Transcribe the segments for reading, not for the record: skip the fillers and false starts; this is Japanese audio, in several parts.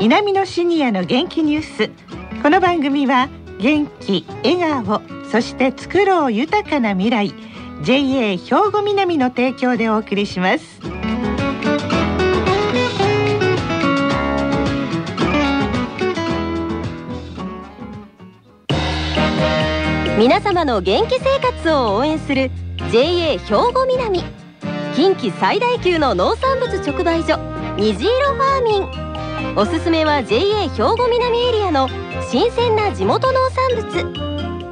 南のシニアの元気ニュース。この番組は元気、笑顔、そして作ろう豊かな未来、 JA 兵庫南の提供でお送りします。 皆様の元気生活を応援する JA 兵庫南、近畿最大級の農産物直売所虹色ファーミン。おすすめは JA 兵庫南エリアの新鮮な地元農産物。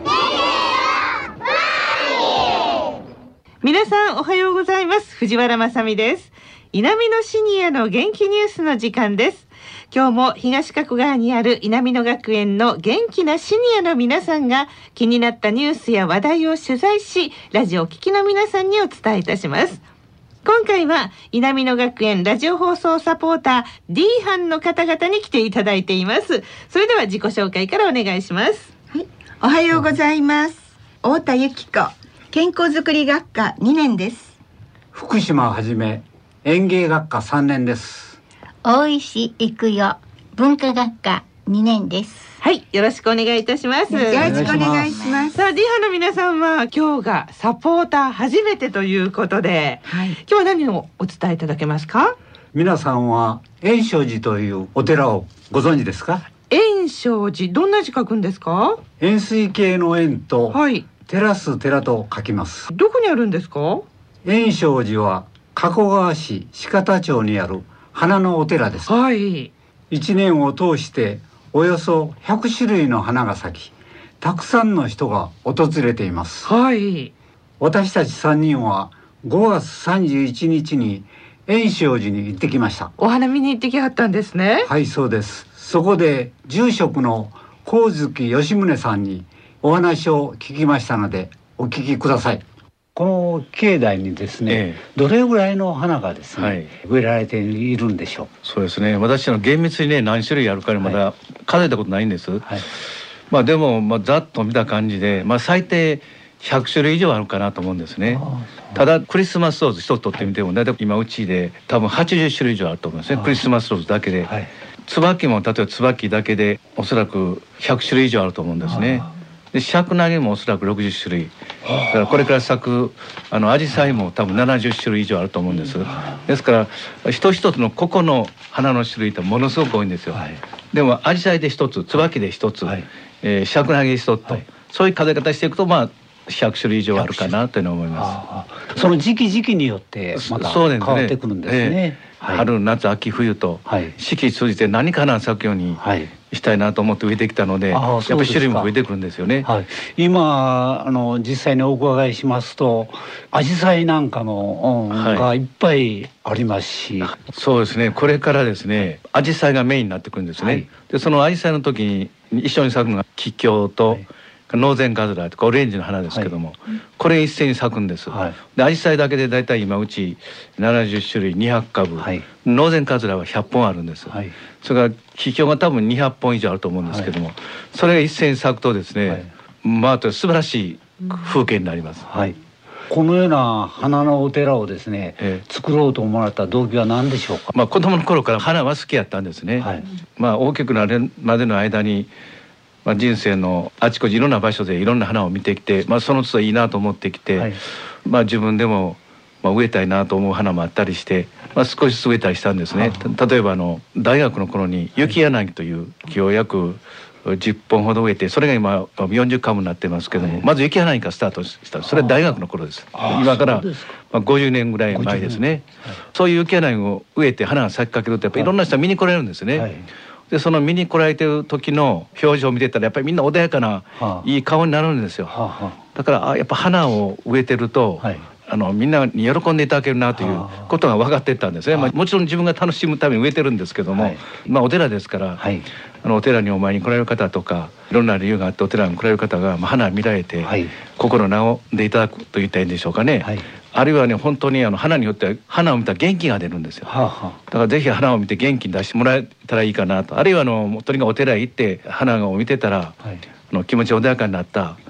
皆さんおはようございます。藤原まさみです。南のシニアの元気ニュースの時間です。今日も東加古川にある南野学園の元気なシニアの皆さんが気になったニュースや話題を取材し、ラジオを聴きの皆さんにお伝えいたします。今回は南野学園ラジオ放送サポーター D 班の方々に来ていただいています。それでは自己紹介からお願いします。 はい、おはようございます。太田由紀子、健康づくり学科2年です。 福島はじめ、園芸学科3年です。 大石育代、文化学科2年です。 はい、よろしくお願いいたします。 よろしくお願いします。 さあ D 班の皆さんは今日がサポーター初めてということで、 はい、 今日は何をお伝えいただけますか？ 皆さんは円勝寺というお寺をご存知ですか？ 円勝寺、どんな字書くんですか？ 円錐形の円と、 はい、 照らす寺と書きます。 どこにあるんですか？ 円勝寺は加古川市四方町にある花のお寺です。 はい。 一年を通しておよそ100種類の花が咲き、たくさんの人が訪れています。 はい。 私たち3人は5月31日に円勝寺に行ってきました。 お花見に行ってきはったんですね。 はい、そうです。そこで住職の光月吉宗さんにお話を聞きましたのでお聞きください。この境内にですね、どれぐらいの花がですね、植えられているんでしょう？ そうですね、私の厳密にね何種類あるかまだ数えたことないんです。まあでも、ざっと見た感じで、最低100種類以上あるかなと思うんですね。ただクリスマスローズ一つ取ってみても、だいたい今うちで多分80種類以上あると思うんですね、クリスマスローズだけで。椿も例えば椿だけでおそらく100種類以上あると思うんですね。でシャクナゲもおそらく60種類、だからこれから咲くアジサイも多分70種類以上あると思うんです。ですから一つ一つの個々の花の種類ってものすごく多いんですよ。でもアジサイで一つ、椿で一つ、シャクナゲ一つと、そういう数え方していくと100種類以上あるかなというのを思います。 その時期によってまた変わってくるんですね。 春夏秋冬と四季通じて何か花が咲くようにしたいなと思って植えてきたので、やっぱり種類も増えてくるんですよね。 今実際にお伺いしますと、アジサイなんかのがいっぱいありますし、 そうですね、これからですねアジサイがメインになってくるんですね。でそのアジサイの時に一緒に咲くのがキキョウとノーゼンカズラとかオレンジの花ですけども、これ一斉に咲くんです。でアジサイだけでだいたい今うち70種類200株、ノーゼンカズラは100本あるんです。それからキキョウが多分200本以上あると思うんですけども、それが一斉に咲くとですね、素晴らしい風景になります。 このような花のお寺をですね、作ろうと思われた動機は何でしょうか？ 子供の頃から花は好きやったんですね。大きくなるまでの間に人生のあちこちいろんな場所でいろんな花を見てきて、その都度いいなと思ってきて、自分でも植えたいなと思う花もあったりして、少しずつ植えたりしたんですね。例えば大学の頃に雪柳という木を約10本ほど植えて、それが今40株になってますけども、まず雪柳からスタートした。それは大学の頃です。今から50年ぐらい前ですね。そういう雪柳を植えて花が咲きかけると、やっぱりいろんな人が見に来られるんですね。でその見に来られてる時の表情を見てたら、やっぱりみんな穏やかないい顔になるんですよ。だからやっぱ花を植えてると、みんなに喜んでいただけるなということが分かっていったんですね。もちろん自分が楽しむために植えてるんですけども、お寺ですから、お寺にお参りに来られる方とか、いろんな理由があってお寺に来られる方が花を見られて、心和んでいただくと言ったらいいんでしょうかね。あるいはね、本当に花によっては花を見たら元気が出るんですよ。だからぜひ花を見て元気に出してもらえたらいいかなと。あるいはとにかくお寺へ行って花を見てたら、気持ち穏やかになった、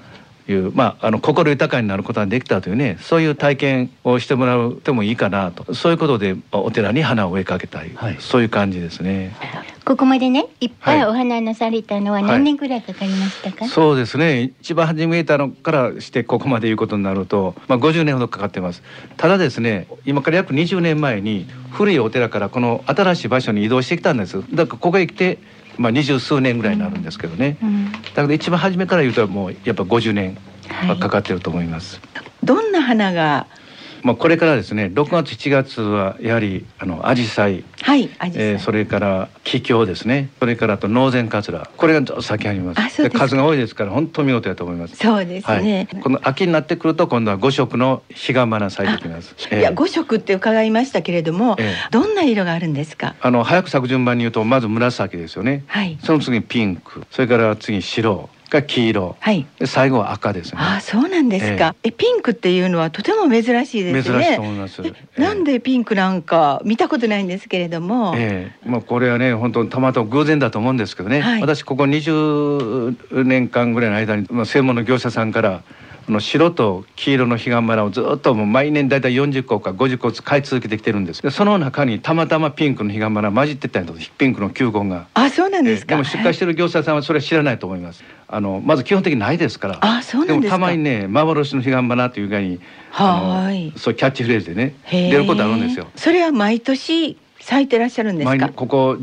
いう、心豊かになることができたというね、そういう体験をしてもらってもいいかなと、そういうことでお寺に花を植えかけたい、そういう感じですね。 ここまでね、いっぱいお花なされたのは何年ぐらいかかりましたか？ そうですね、一番始めたのからしてここまでいうことになると、50年ほどかかってます。ただですね、今から約20年前に古いお寺からこの新しい場所に移動してきたんです。だからここへ来て20数年ぐらいになるんですけどね、だから一番初めから言うともうやっぱ50年はかかってると思います。 どんな花が？ これからですね、6月7月はやはりアジサイ、それから桔梗ですね、それからあとノウゼンカツラ、これが咲き始めます。数が多いですから本当見事だと思います。 そうですね、 この秋になってくると今度は5色の彼岸花咲いてきます。 いや5色って伺いましたけれども、どんな色があるんですか？ 早く咲く順番に言うとまず紫ですよね、その次にピンク、それから次白が黄色、最後は赤ですね。 そうなんですか。ピンクっていうのはとても珍しいですね。 珍しいと思います。 なんでピンクなんか見たことないんですけれども、 これはね本当にたまたま偶然だと思うんですけどね、私ここ20年間ぐらいの間に、専門の業者さんから白と黄色の彼岸花をずっともう毎年だいたい40個か50個買い続けてきてるんです。でその中にたまたまピンクの彼岸花混じってたんです。ピンクの球根が。 そうなんですか。 でも出荷してる業者さんはそれは知らないと思います。まず基本的にないですから。 そうなんですか。 でもたまにね幻の彼岸花という具合にそうキャッチフレーズでね出ることあるんですよ。 それは毎年咲いてらっしゃるんですか？ ここ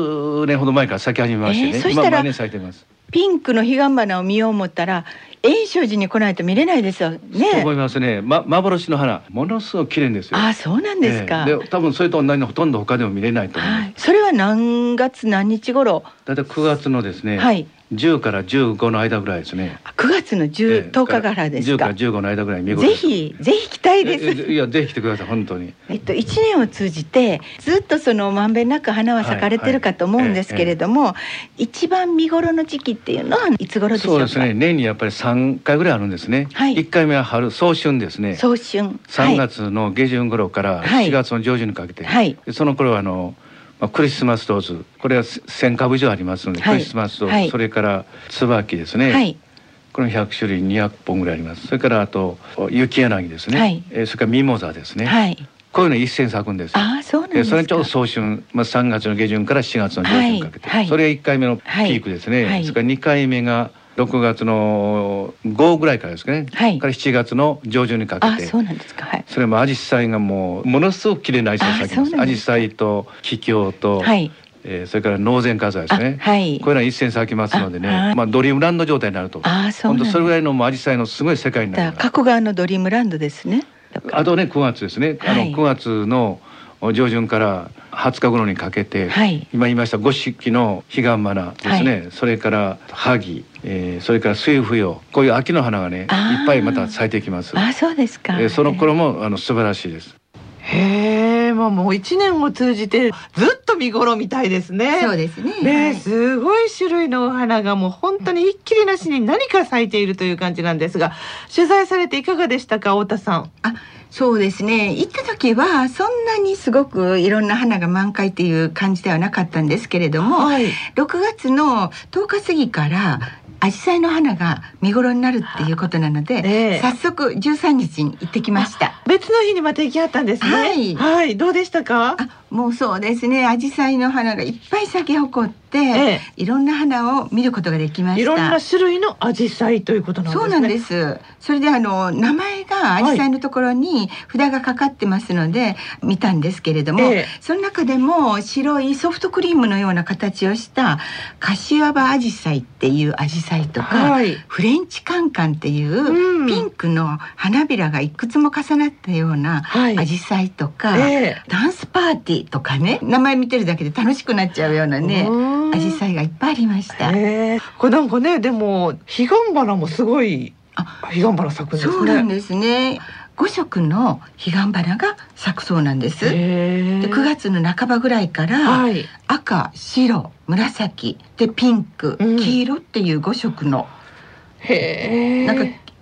10年ほど前から咲き始めましてね、 そしたら毎年咲いてます。 ピンクの彼岸花を見よう思ったら永昌寺に来ないと見れないですよね。 そう思いますね。幻の花ものすごく綺麗ですよ。 そうなんですか。 で多分それと同じのほとんど他でも見れないと思います。 それは何月何日頃？ だいたい9月のですね、10から15の間ぐらいですね。 9月の10日からですか。10 から15の間ぐらい見頃です。ぜひ来たいです。 いやぜひ来てください本当に。 1年を通じてずっとまんべんなく花は咲かれてるかと思うんですけれども、一番見頃の時期っていうのはいつ頃でしょうか？ そうですね、年にやっぱり3回ぐらいあるんですね。1回目は春早春ですね。 早春。 3月の下旬頃から4月の上旬にかけて、その頃はクリスマスローズ、これは1000株以上ありますので、クリスマスローズ、それから椿ですね、これ100種類200本ぐらいあります。それからあと雪柳ですね、それからミモザですね、こういうの一斉咲くんですよ。 そうなんですか。 それちょうど早春、3月の下旬から4月の上旬にかけて、それが1回目のピークですね。それから2回目が6月の5ぐらいからですかね、から7月の上旬にかけて。 そうなんですか。 それもアジサイがものすごく綺麗なアジサイ咲きます。アジサイと桔梗と、それからノウゼンカツラですね、こういうのは一斉咲きますのでね、ドリームランド状態になると、本当それぐらいのアジサイのすごい世界になる。 加古川のドリームランドですね。 あとね9月ですね、9月の上旬から20日頃にかけて、今言いました5色の彼岸花ですね、それから萩、それから水芙蓉、こういう秋の花がねいっぱいまた咲いてきます。 そうですか。 その頃も素晴らしいです。 もう1年を通じてずっと見頃みたいですね。 そうですね。 すごい種類のお花がもう本当にひっきりなしに何か咲いているという感じなんですが、取材されていかがでしたか、太田さん。 そうですね、行った時はそんなにすごくいろんな花が満開っていう感じではなかったんですけれども、6月の10日過ぎからアジサイの花が見頃になるっていうことなので、早速13日に行ってきました。 別の日にまた行きあったんですね。どうでしたか？ もうそうですね、アジサイの花がいっぱい咲き誇って、いろんな花を見ることができました。 いろんな種類のアジサイということなんですね。 そうなんです。それで名前がアジサイのところに札がかかってますので見たんですけれども、その中でも白いソフトクリームのような形をした柏葉アジサイっていうアジサイとか、フレンチカンカンっていうピンクの花びらがいくつも重なったようなアジサイとか、ダンスパーティーとかね、名前見てるだけで楽しくなっちゃうようなねアジサイがいっぱいありました。 これなんかね、でも彼岸花もすごい彼岸花咲くんですね。 そうなんですね。5色の彼岸花が咲くそうなんです。で9月の半ばぐらいから、赤、白、紫でピンク、黄色っていう5色のなんか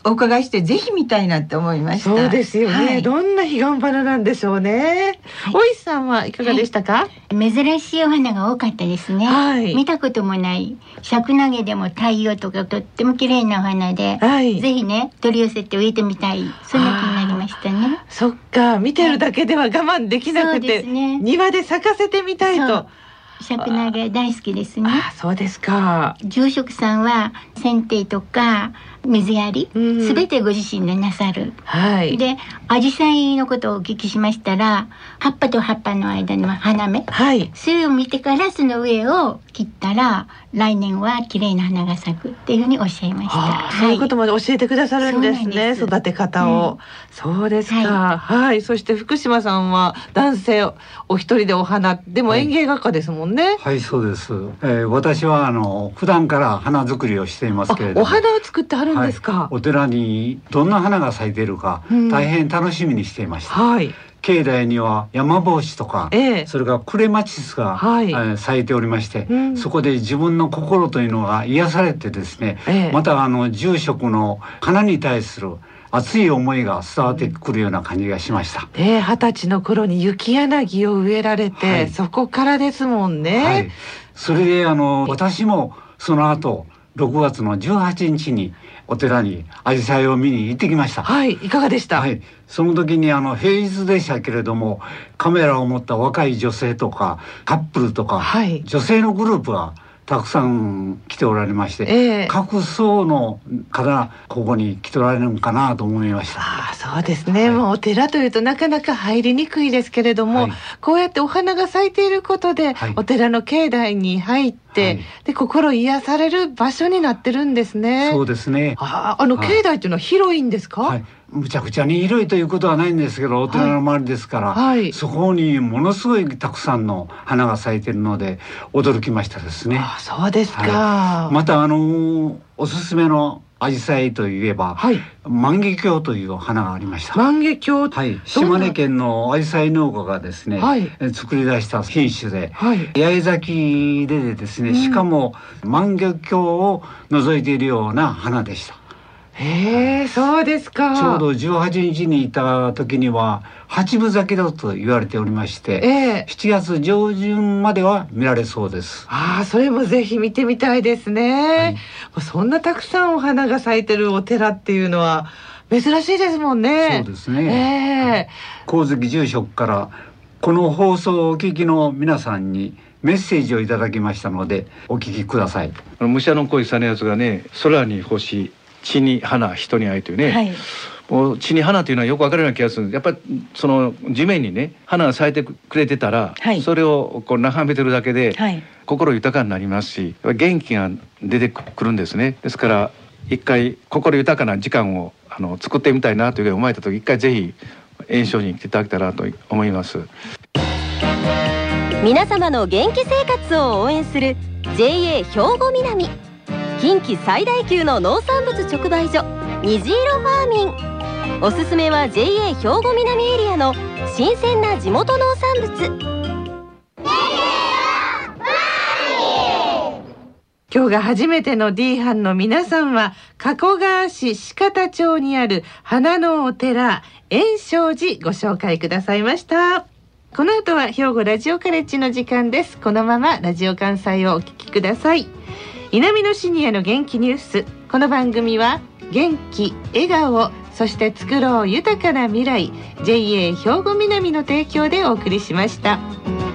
お伺いしてぜひ見たいなって思いました。 そうですよね、 はい、 どんな彼岸花なんでしょうね。おいさんはいかがでしたか？ 珍しいお花が多かったですね、はい、見たこともないシャクナゲでも太陽とかとっても綺麗なお花で、はい、ぜひね取り寄せて植えてみたい、そんな気になりましたね。 そっか、見てるだけでは我慢できなくて、ね、庭で咲かせてみたいと。 シャクナゲ大好きですね。 そうですか。 住職さんは剪定とか水やりすべてご自身でなさる、はい、でアジサイのことをお聞きしましたら、葉っぱと葉っぱの間の花芽、はい、それを見てからその上を切ったら来年は綺麗な花が咲くっていうふうにおっしゃいました。はい、 そういうことまで教えてくださるんですね。育て方を、そうですか。はい、そして福島さんは男性お一人でお花でも園芸学科ですもんね。 はい、そうです。私は普段から花作りをしていますけれども、 お花を作ってあるんですか？ はい、お寺にどんな花が咲いているか、大変楽しみにしていました。はい、境内には山帽子とか、それからクレマチスが、咲いておりまして、そこで自分の心というのが癒されてですね、また住職の花に対する熱い思いが伝わってくるような感じがしました。 20歳の頃に雪柳を植えられて、はい、そこからですもんね。はい、 それで私もその後6月の18日にお寺にアジサイを見に行ってきました。 はい、いかがでした？ はい、その時に平日でしたけれども、カメラを持った若い女性とかカップルとか、女性のグループがたくさん来ておられまして、各層の方ここに来ておられるのかなと思いました。 そうですね、もうお寺というとなかなか入りにくいですけれども、こうやってお花が咲いていることで、お寺の境内に入って、で心癒される場所になってるんですね。 そうですね。 境内というのは広いんですか？ むちゃくちゃに広いということはないんですけど、お寺の周りですから、そこにものすごいたくさんの花が咲いているので驚きましたですね。 そうですか。 またおすすめのアジサイといえば、万華鏡という花がありました。 万華鏡、 島根県のアジサイ農家がですね、作り出した品種で、八重咲きでですね、しかも万華鏡を除いているような花でした。 そうですか。 ちょうど18日にいた時には8分咲きだと言われておりまして、7月上旬までは見られそうです。 それもぜひ見てみたいですね。そんなたくさんお花が咲いてるお寺っていうのは珍しいですもんね。 そうですね。光月住職からこの放送をお聞きの皆さんにメッセージをいただきましたのでお聞きください。 武者の恋さのやつがね、空に星、地に花、人に愛というね、もう地に花というのはよく分かるような気がするんです。やっぱりその地面にね花が咲いてくれてたら、それをこう眺めてるだけで、心豊かになりますし、元気が出てくるんですね。ですから一回心豊かな時間を作ってみたいなというふうに思えた時、一回ぜひ演唱に来ていただけたらと思います。 皆様の元気生活を応援する JA 兵庫南、近畿最大級の農産物直売所虹色ファーミン。おすすめは JA 兵庫南エリアの新鮮な地元農産物。 今日が初めての D 班の皆さんは、加古川市鹿田町にある花のお寺延昌寺ご紹介くださいました。この後は兵庫ラジオカレッジの時間です。このままラジオ関西をお聞きください。南のシニアの元気ニュース。この番組は元気、笑顔、そして作ろう豊かな未来 JA 兵庫南の提供でお送りしました。